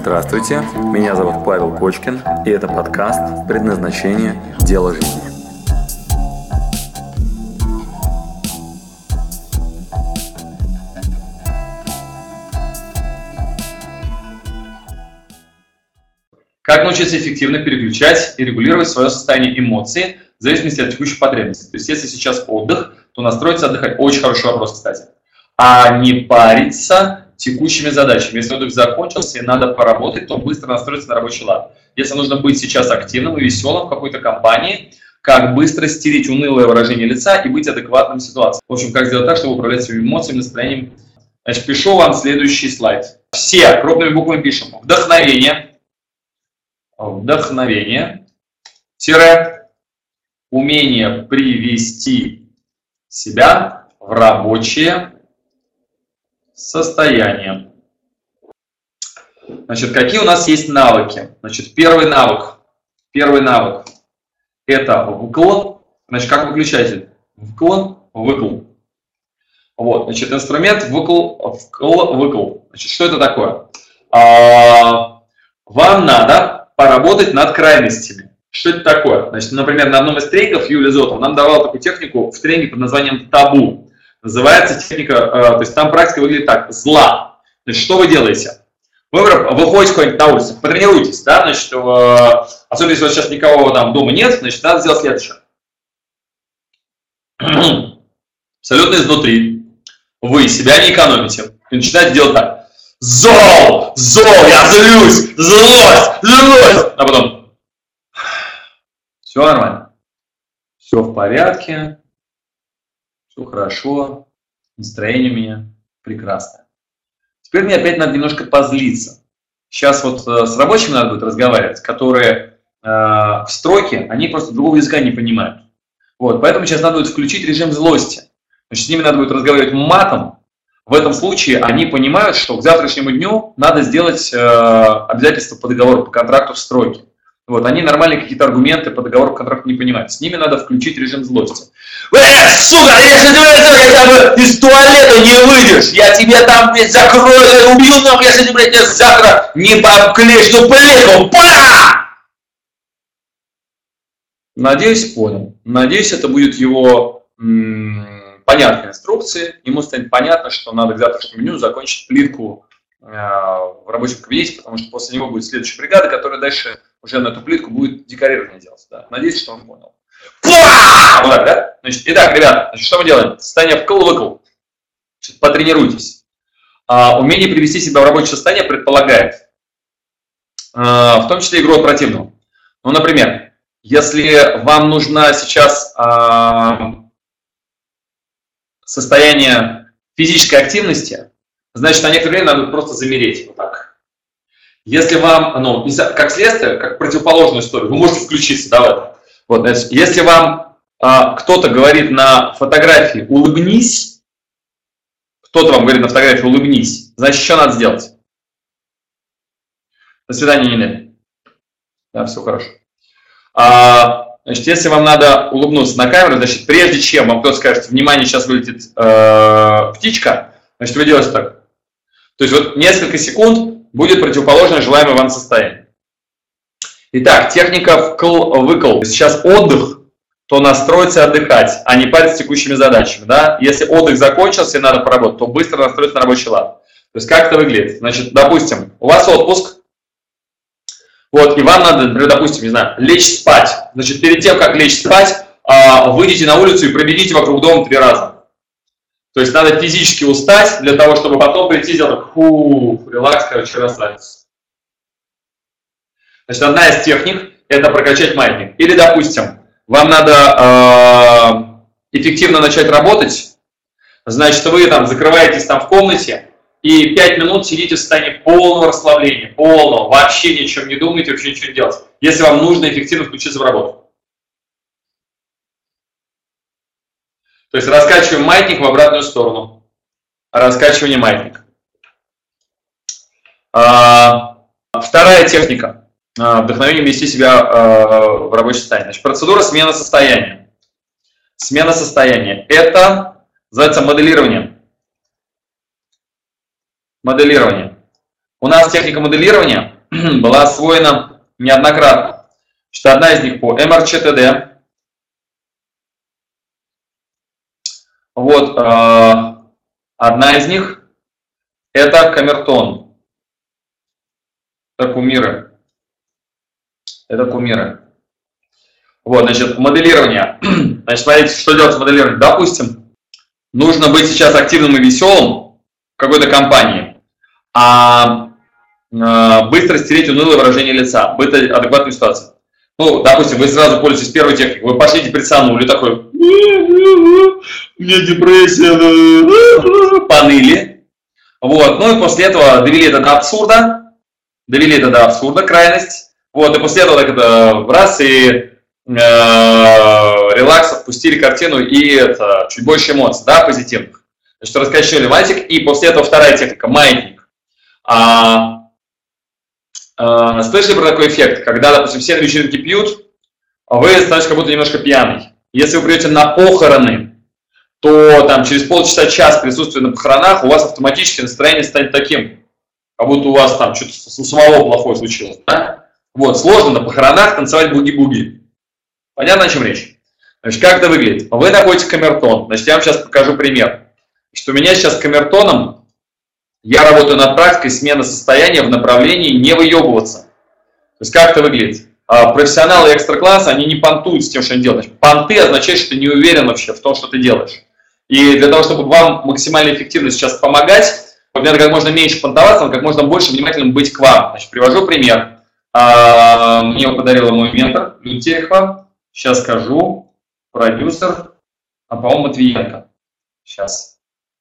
Здравствуйте, меня зовут Павел Кочкин, и это подкаст «Предназначение. Дело жизни». Как научиться эффективно переключать и регулировать свое состояние эмоций в зависимости от текущей потребности. То есть, если сейчас отдых, то настроиться отдыхать. Очень хороший вопрос, кстати. А не париться текущими задачами. Если отдых закончился и надо поработать, то быстро настроиться на рабочий лад. Если нужно быть сейчас активным и веселым в какой-то компании, как быстро стереть унылое выражение лица и быть адекватным в ситуации. В общем, как сделать так, чтобы управлять своими эмоциями, настроением. Значит, пишу вам следующий слайд. Все крупными буквами пишем. Вдохновение, умение привести себя в рабочее состояние. Значит, какие у нас есть навыки? Значит, первый навык – это вкл. Значит, как выключатель? Вкл. Вот, значит, инструмент вкл. Значит, что это такое? Вам надо поработать над крайностями. Что это такое? Значит, например, на одном из тренингов Юлия Зотова нам давала такую технику в тренинге под названием «Табу». Называется техника, то есть там практика выглядит так: зла. Значит, что вы делаете? Вы выходите куда-нибудь на улицу, потренируйтесь, да, значит, особенно если у вас сейчас никого там дома нет, значит, надо сделать следующее. Абсолютно изнутри вы себя не экономите и начинаете делать так. Зол, я злюсь, злость. А потом все нормально, все в порядке, все хорошо, настроение у меня прекрасное. Теперь мне опять надо немножко позлиться. Сейчас вот с рабочими надо будет разговаривать, которые в стройке, они просто другого языка не понимают. Вот, поэтому сейчас надо будет включить режим злости. Значит, с ними надо будет разговаривать матом. В этом случае они понимают, что к завтрашнему дню надо сделать обязательства по договору, по контракту в стройке. Вот, они нормальные какие-то аргументы по договору, по контракту не понимают. С ними надо включить режим злости. Сука, если ты из туалета не выйдешь, я тебе там, блядь, закрою, убью, но если ты, блядь, завтра не обклеишь эту плитку. Надеюсь, понял. Надеюсь, это будет его понятные инструкции. Ему станет понятно, что надо к завтрашнему дню закончить плитку в рабочем кабинете, потому что после него будет следующая бригада, которая дальше уже на эту плитку будет декорирование делать. Да. Надеюсь, что он понял. Вот так, да? Значит, итак, ребята, значит, что мы делаем? Состояние вкл-выкл. Потренируйтесь. Умение привести себя в рабочее состояние предполагает, в том числе игру от противного. Ну, например, если вам нужна сейчас состояние физической активности, значит, на некоторое время надо просто замереть. Вот так. Если вам, как следствие, как противоположную историю, вы можете включиться, да, в это. Вот, значит, если вам кто-то говорит на фотографии «улыбнись», значит, что надо сделать? До свидания, Нина. Да, все хорошо. Значит, если вам надо улыбнуться на камеру, значит, прежде чем вам кто-то скажет, внимание, сейчас вылетит птичка, значит, вы делаете так. То есть вот несколько секунд будет противоположное желаемое вам состояние. Итак, техника вкл-выкл. Сейчас отдых, то настроиться и отдыхать, а не париться текущими задачами. Да? Если отдых закончился и надо поработать, то быстро настроиться на рабочий лад. То есть как это выглядит? Значит, допустим, у вас отпуск, вот, и вам надо, например, допустим, не знаю, лечь спать. Значит, перед тем, как лечь спать, выйдите на улицу и пробегите вокруг дома 3 раза. То есть надо физически устать для того, чтобы потом прийти и сделать релакс, короче, расслабиться. Значит, одна из техник – это прокачать маятник. Или, допустим, вам надо эффективно начать работать, значит, вы там закрываетесь там в комнате и 5 минут сидите в состоянии полного расслабления, полного, вообще ни о чем не думаете, вообще ничего не делать, если вам нужно эффективно включиться в работу. То есть раскачиваем маятник в обратную сторону. Раскачивание маятника. Вторая техника. Вдохновение ввести себя в рабочее состояние. Значит, процедура смены состояния. Смена состояния. Это называется моделирование. У нас техника моделирования была освоена неоднократно. Одна из них по МРЧТД. Вот, одна из них это камертон. Это кумиры. Вот, значит, моделирование. Значит, смотрите, что делать с моделированием. Допустим, нужно быть сейчас активным и веселым в какой-то компании, быстро стереть унылое выражение лица, быть адекватной ситуации. Ну, допустим, вы сразу пользуетесь первой техникой, вы пошли депрессанули, такой, у меня депрессия, поныли. Вот, ну и после этого довели это до абсурда, крайность. Вот, и после этого так это раз и релакс, отпустили картину и это чуть больше эмоций, да, позитивных. Значит, раскачали маятник, и после этого вторая техника, маятник. Слышали про такой эффект, когда, допустим, все на вечеринке пьют, а вы становитесь как будто немножко пьяный. Если вы придете на похороны, то там через полчаса-час присутствия на похоронах у вас автоматически настроение станет таким, как будто у вас там что-то у самого плохое случилось. Да? Вот, сложно на похоронах танцевать буги-буги. Понятно, о чем речь? Значит, как это выглядит? Вы находите камертон. Значит, я вам сейчас покажу пример. Что у меня сейчас камертоном, я работаю над практикой смены состояния в направлении не выебываться. То есть как это выглядит? Профессионалы экстра-класса, они не понтуют с тем, что они делают. Значит, понты означают, что ты не уверен вообще в том, что ты делаешь. И для того, чтобы вам максимально эффективно сейчас помогать, вот мне надо как можно меньше понтоваться, но как можно больше внимательным быть к вам. Значит, привожу пример. Мне его подарил мой ментор, Люда Терехова. Сейчас скажу. Продюсер, по-моему, Матвиенко. Сейчас.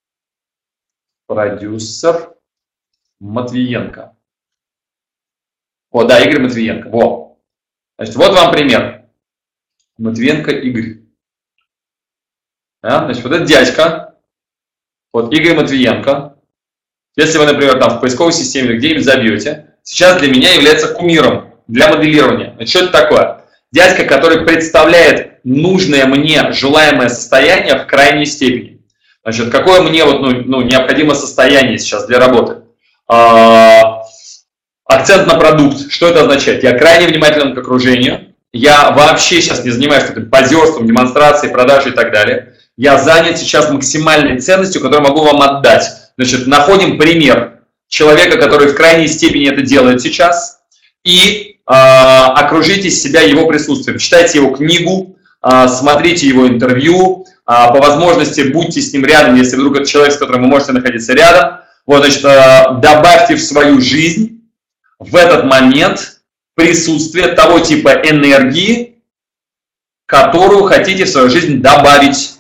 Продюсер Матвиенко. О, да, Игорь Матвиенко. Во. Значит, вот вам пример. Матвиенко Игорь. Да? Значит, вот этот дядька. Вот Игорь Матвиенко. Если вы, например, там в поисковой системе или где-нибудь забьете, сейчас для меня является кумиром для моделирования. Значит, что это такое? Дядька, который представляет нужное мне желаемое состояние в крайней степени. Значит, какое мне вот, необходимо состояние сейчас для работы? Акцент на продукт. Что это означает? Я крайне внимателен к окружению. Я вообще сейчас не занимаюсь позерством, демонстрацией, продажей и так далее. Я занят сейчас максимальной ценностью, которую могу вам отдать. Значит, находим пример человека, который в крайней степени это делает сейчас, и окружите себя его присутствием. Читайте его книгу, смотрите его интервью, по возможности будьте с ним рядом, если вдруг это человек, с которым вы можете находиться рядом. Вот, значит, добавьте в свою жизнь в этот момент присутствие того типа энергии, которую хотите в свою жизнь добавить.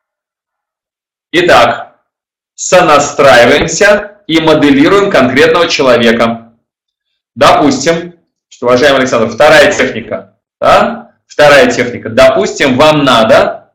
Итак, сонастраиваемся и моделируем конкретного человека. Допустим, что, уважаемый Александр, вторая техника. Да? Вторая техника. Допустим, вам надо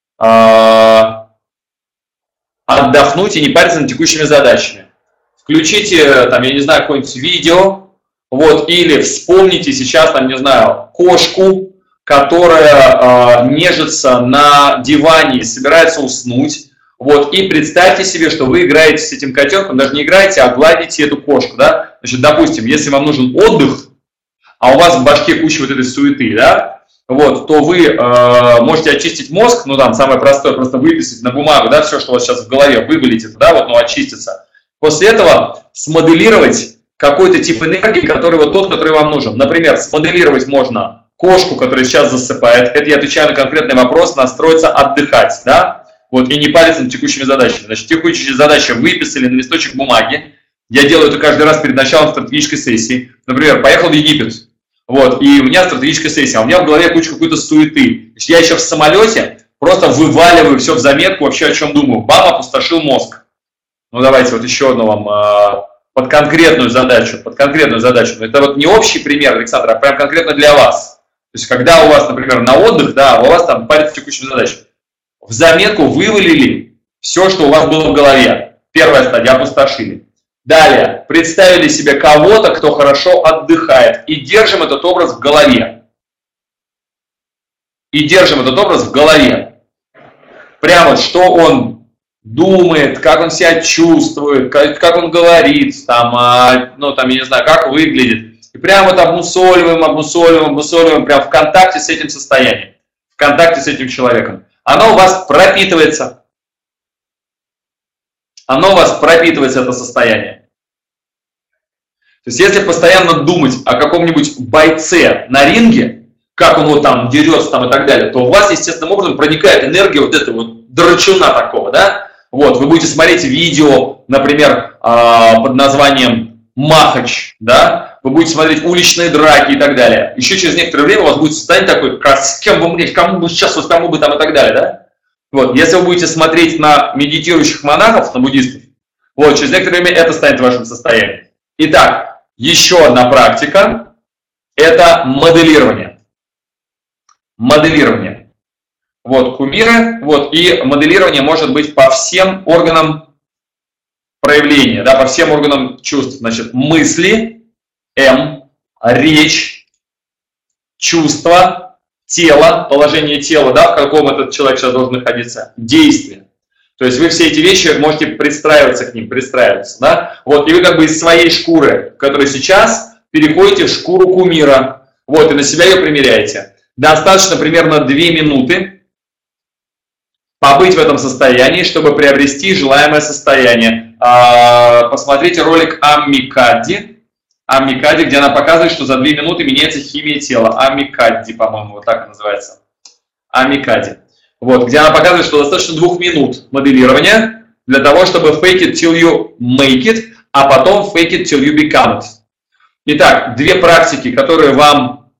отдохнуть и не париться над текущими задачами. Включите, там, я не знаю, какое-нибудь видео, вот, или вспомните сейчас, там, не знаю, кошку, которая нежится на диване и собирается уснуть. Вот, и представьте себе, что вы играете с этим котенком, даже не играете, а гладите эту кошку, да? Значит, допустим, если вам нужен отдых, а у вас в башке куча вот этой суеты, да, вот, то вы можете очистить мозг, ну, там, самое простое, просто выписать на бумагу, да, все, что у вас сейчас в голове, вывалить это, да, вот, ну, очистится. После этого смоделировать какой-то тип энергии, который вот тот, который вам нужен. Например, смоделировать можно кошку, которая сейчас засыпает, это я отвечаю на конкретный вопрос, настроиться отдыхать, да, вот, и не париться над текущими задачами. Значит, текущие задачи выписали на листочек бумаги. Я делаю это каждый раз перед началом стратегической сессии. Например, поехал в Египет. Вот, и у меня стратегическая сессия, а у меня в голове куча какой-то суеты. Значит, я еще в самолете просто вываливаю все в заметку, вообще о чем думаю. Бам, опустошил мозг. Ну, давайте вот еще одну вам под конкретную задачу. Это вот не общий пример, Александр, а прям конкретно для вас. То есть, когда у вас, например, на отдых, да, у вас там парится текущими задачами. В заметку вывалили все, что у вас было в голове. Первая стадия, опустошили. Далее, представили себе кого-то, кто хорошо отдыхает. И держим этот образ в голове. Прямо вот, что он думает, как он себя чувствует, как он говорит, там, ну, там, я не знаю, как выглядит. прям вот обмусоливаем, прям в контакте с этим состоянием, в контакте с этим человеком. Оно у вас пропитывается. Оно у вас пропитывается, это состояние. То есть, если постоянно думать о каком-нибудь бойце на ринге, как он вот там дерется там и так далее, то у вас естественным образом проникает энергия вот этого вот драчуна такого, да? Вот, вы будете смотреть видео, например, под названием «Махач», да? Вы будете смотреть уличные драки и так далее. Еще через некоторое время у вас будет состояние такое, с кем бы мне, кому бы сейчас, вот кому бы там и так далее, да? Вот, если вы будете смотреть на медитирующих монахов, на буддистов, вот, через некоторое время это станет вашим состоянием. Итак, еще одна практика – это моделирование. Моделирование. Вот, кумиры, вот, и моделирование может быть по всем органам проявления, да, по всем органам чувств. Значит, мысли, речь, чувства, тело, положение тела, да, в каком этот человек сейчас должен находиться, действия. То есть вы все эти вещи можете пристраиваться к ним, да? Вот, и вы как бы из своей шкуры, в которой сейчас, переходите в шкуру кумира, вот, и на себя ее примеряете. Достаточно примерно 2 минуты побыть в этом состоянии, чтобы приобрести желаемое состояние. Посмотрите ролик Аммикадди, где она показывает, что за 2 минуты меняется химия тела. Аммикадди, по-моему, вот так называется. Аммикадди. Вот, где она показывает, что достаточно 2 минут моделирования для того, чтобы fake it till you make it, а потом fake it till you become it. Итак, 2 практики, которые вам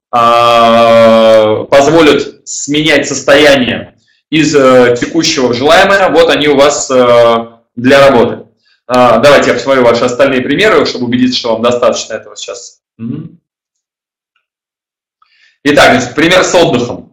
позволят сменять состояние из текущего в желаемое, вот они у вас для работы. Давайте я посмотрю ваши остальные примеры, чтобы убедиться, что вам достаточно этого сейчас. Итак, значит, пример с отдыхом.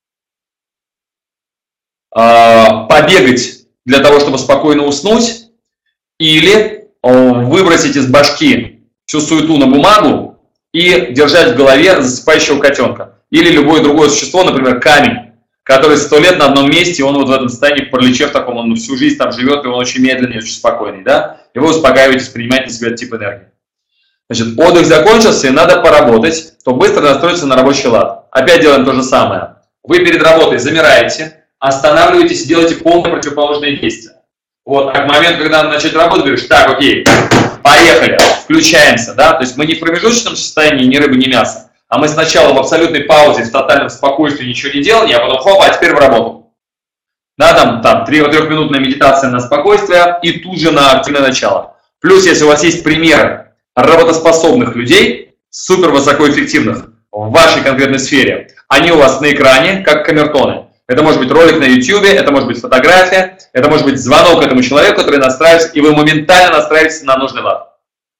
Побегать для того, чтобы спокойно уснуть, или выбросить из башки всю суету на бумагу и держать в голове засыпающего котенка. Или любое другое существо, например, камень, который 100 лет на одном месте, он вот в этом состоянии, в параличе в таком, он всю жизнь там живет, и он очень медленный, очень спокойный, да? И вы успокаиваетесь, принимаете на себя этот тип энергии. Значит, отдых закончился, и надо поработать, то быстро настроиться на рабочий лад. Опять делаем то же самое. Вы перед работой замираете, останавливаетесь и делаете полное противоположное действие. Вот, а к моменту, когда надо начать работать, говоришь, так, окей, поехали, включаемся, да, то есть мы не в промежуточном состоянии ни рыбы, ни мяса, а мы сначала в абсолютной паузе, в тотальном спокойствии ничего не делали, а потом хоп, а теперь в работу. Да, там 3-минутная медитация на спокойствие и тут же на активное начало. Плюс, если у вас есть примеры работоспособных людей, супер высокоэффективных в вашей конкретной сфере, они у вас на экране, как камертоны. Это может быть ролик на YouTube, это может быть фотография, это может быть звонок этому человеку, который настраивается, и вы моментально настраиваетесь на нужный лад.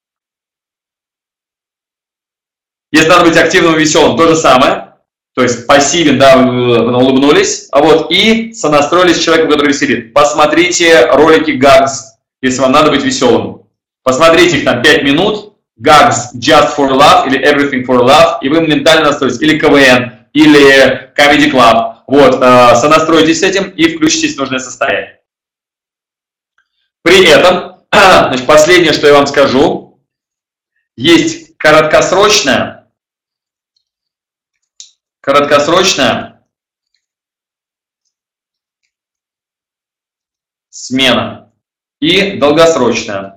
Если надо быть активным и веселым, то же самое. То есть пассивен, да, вы улыбнулись, и сонастроились с человеком, который веселит. Посмотрите ролики Gags, если вам надо быть веселым. Посмотрите их там 5 минут, Gags Just for Love или Everything for Love, и вы моментально настроитесь. Или КВН, или Comedy Club. Вот, сонастройтесь с этим и включитесь в нужное состояние. При этом, значит, последнее, что я вам скажу, есть краткосрочная смена и долгосрочная.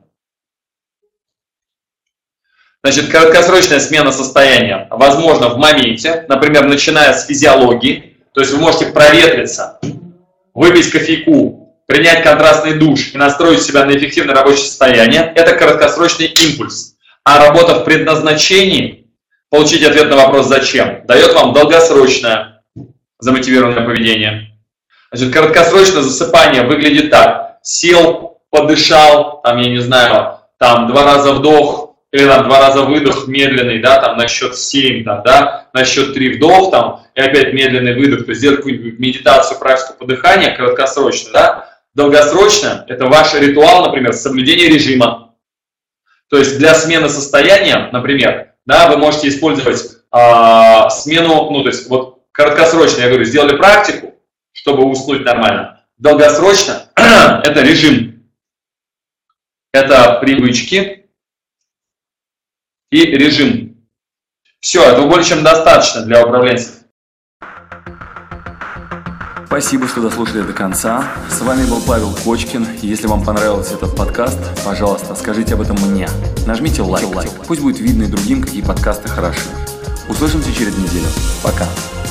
Значит, краткосрочная смена состояния возможна в моменте, например, начиная с физиологии. То есть вы можете проветриться, выпить кофейку, принять контрастный душ и настроить себя на эффективное рабочее состояние. Это краткосрочный импульс. А работа в предназначении, получить ответ на вопрос «зачем?», дает вам долгосрочное замотивированное поведение. Значит, краткосрочное засыпание выглядит так. Сел, подышал, там, я не знаю, там 2 раза вдох, или там 2 раза выдох медленный, да, там на счет 7, там, да, на счет 3 вдох, там, и опять медленный выдох, то есть сделать какую-нибудь медитацию, практику по дыханию, краткосрочно, да. Долгосрочно это ваш ритуал, например, соблюдение режима. То есть для смены состояния, например, да, вы можете использовать смену, то есть вот краткосрочно, я говорю, сделали практику, чтобы уснуть нормально. Долгосрочно это режим, это привычки и режим. Все, этого более чем достаточно для управленцев. Спасибо, что дослушали до конца. С вами был Павел Кочкин. Если вам понравился этот подкаст, пожалуйста, скажите об этом мне. Нажмите лайк. Пусть будет видно и другим, какие подкасты хороши. Услышимся через неделю. Пока.